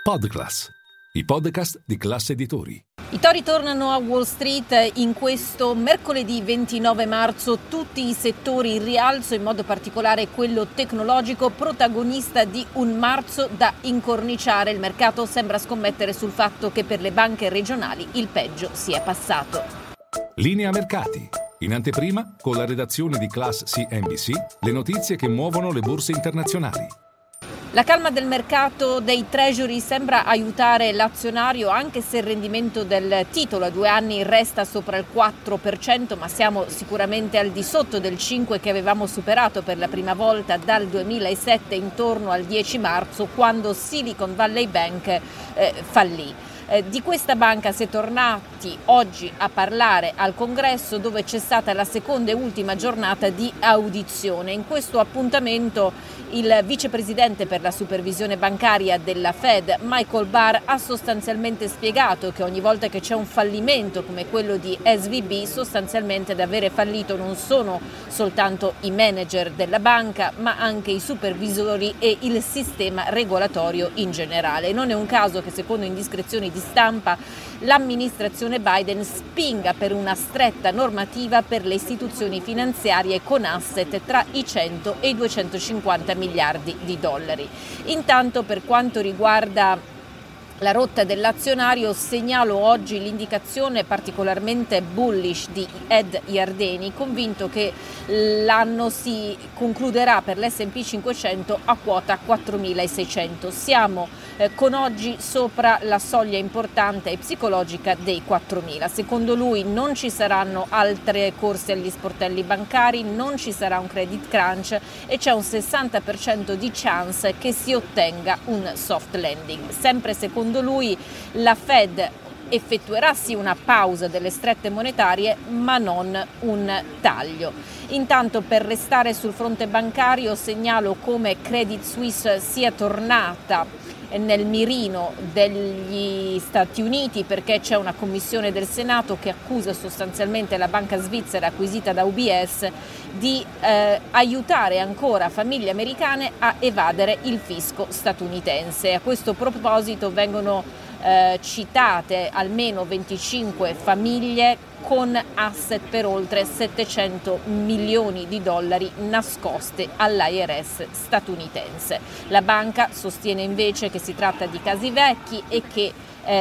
Podclass, i podcast di Class Editori. I tori tornano a Wall Street in questo mercoledì 29 marzo, tutti i settori in rialzo, in modo particolare quello tecnologico, protagonista di un marzo da incorniciare. Il mercato sembra scommettere sul fatto che per le banche regionali il peggio sia passato. Linea mercati. In anteprima, con la redazione di Class CNBC, le notizie che muovono le borse internazionali. La calma del mercato dei treasury sembra aiutare l'azionario, anche se il rendimento del titolo a 2 anni resta sopra il 4%, ma siamo sicuramente al di sotto del 5% che avevamo superato per la prima volta dal 2007, intorno al 10 marzo, quando Silicon Valley Bank fallì. Di questa banca si è tornati oggi a parlare al Congresso, dove c'è stata la seconda e ultima giornata di audizione. In questo appuntamento il vicepresidente per la supervisione bancaria della Fed, Michael Barr, ha sostanzialmente spiegato che ogni volta che c'è un fallimento come quello di SVB, sostanzialmente ad avere fallito non sono soltanto i manager della banca, ma anche i supervisori e il sistema regolatorio in generale. Non è un caso che, secondo indiscrezioni di stampa, l'amministrazione Biden spinga per una stretta normativa per le istituzioni finanziarie con asset tra i 100 e i 250 miliardi di dollari. Intanto, per quanto riguarda la rotta dell'azionario, segnalo oggi l'indicazione particolarmente bullish di Ed Yardeni, convinto che l'anno si concluderà per l'S&P 500 a quota 4.600. Siamo con oggi sopra la soglia importante e psicologica dei 4.000. Secondo lui non ci saranno altre corse agli sportelli bancari, non ci sarà un credit crunch e c'è un 60% di chance che si ottenga un soft landing. Sempre secondo lui la Fed effettuerà sì una pausa delle strette monetarie, ma non un taglio. Intanto, per restare sul fronte bancario, segnalo come Credit Suisse sia tornata nel mirino degli Stati Uniti, perché c'è una commissione del Senato che accusa sostanzialmente la banca svizzera acquisita da UBS di aiutare ancora famiglie americane a evadere il fisco statunitense. A questo proposito vengono citate almeno 25 famiglie con asset per oltre 700 milioni di dollari nascoste all'IRS statunitense. La banca sostiene invece che si tratta di casi vecchi e che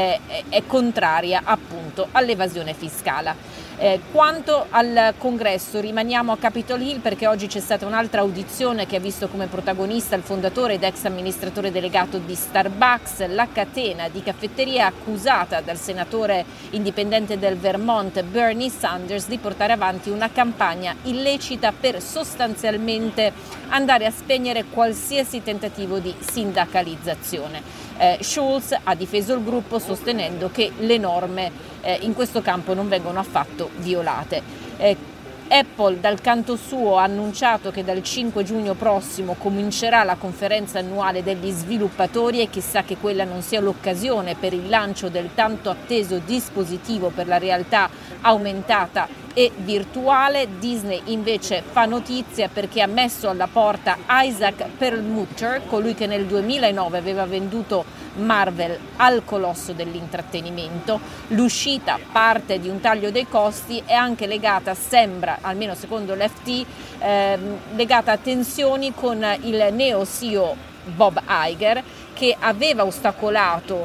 è contraria appunto all'evasione fiscale. Quanto al Congresso, rimaniamo a Capitol Hill, perché oggi c'è stata un'altra audizione che ha visto come protagonista il fondatore ed ex amministratore delegato di Starbucks, la catena di caffetteria accusata dal senatore indipendente del Vermont Bernie Sanders di portare avanti una campagna illecita per sostanzialmente andare a spegnere qualsiasi tentativo di sindacalizzazione. Schultz ha difeso il gruppo sostenendo che le norme in questo campo non vengono affatto violate. Apple dal canto suo ha annunciato che dal 5 giugno prossimo comincerà la conferenza annuale degli sviluppatori e chissà che quella non sia l'occasione per il lancio del tanto atteso dispositivo per la realtà aumentata e virtuale. Disney invece fa notizia perché ha messo alla porta Isaac Perlmutter, colui che nel 2009 aveva venduto Marvel al colosso dell'intrattenimento. L'uscita, parte di un taglio dei costi, è anche legata, sembra, almeno secondo l'FT, legata a tensioni con il neo CEO Bob Iger, che aveva ostacolato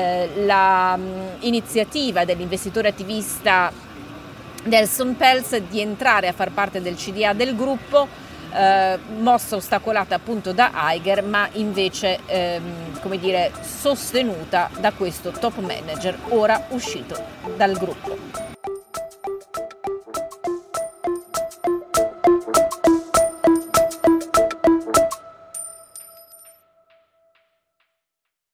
l'iniziativa dell'investitore attivista Nelson Peltz di entrare a far parte del CDA del gruppo, mossa ostacolata appunto da Iger, ma invece sostenuta da questo top manager ora uscito dal gruppo.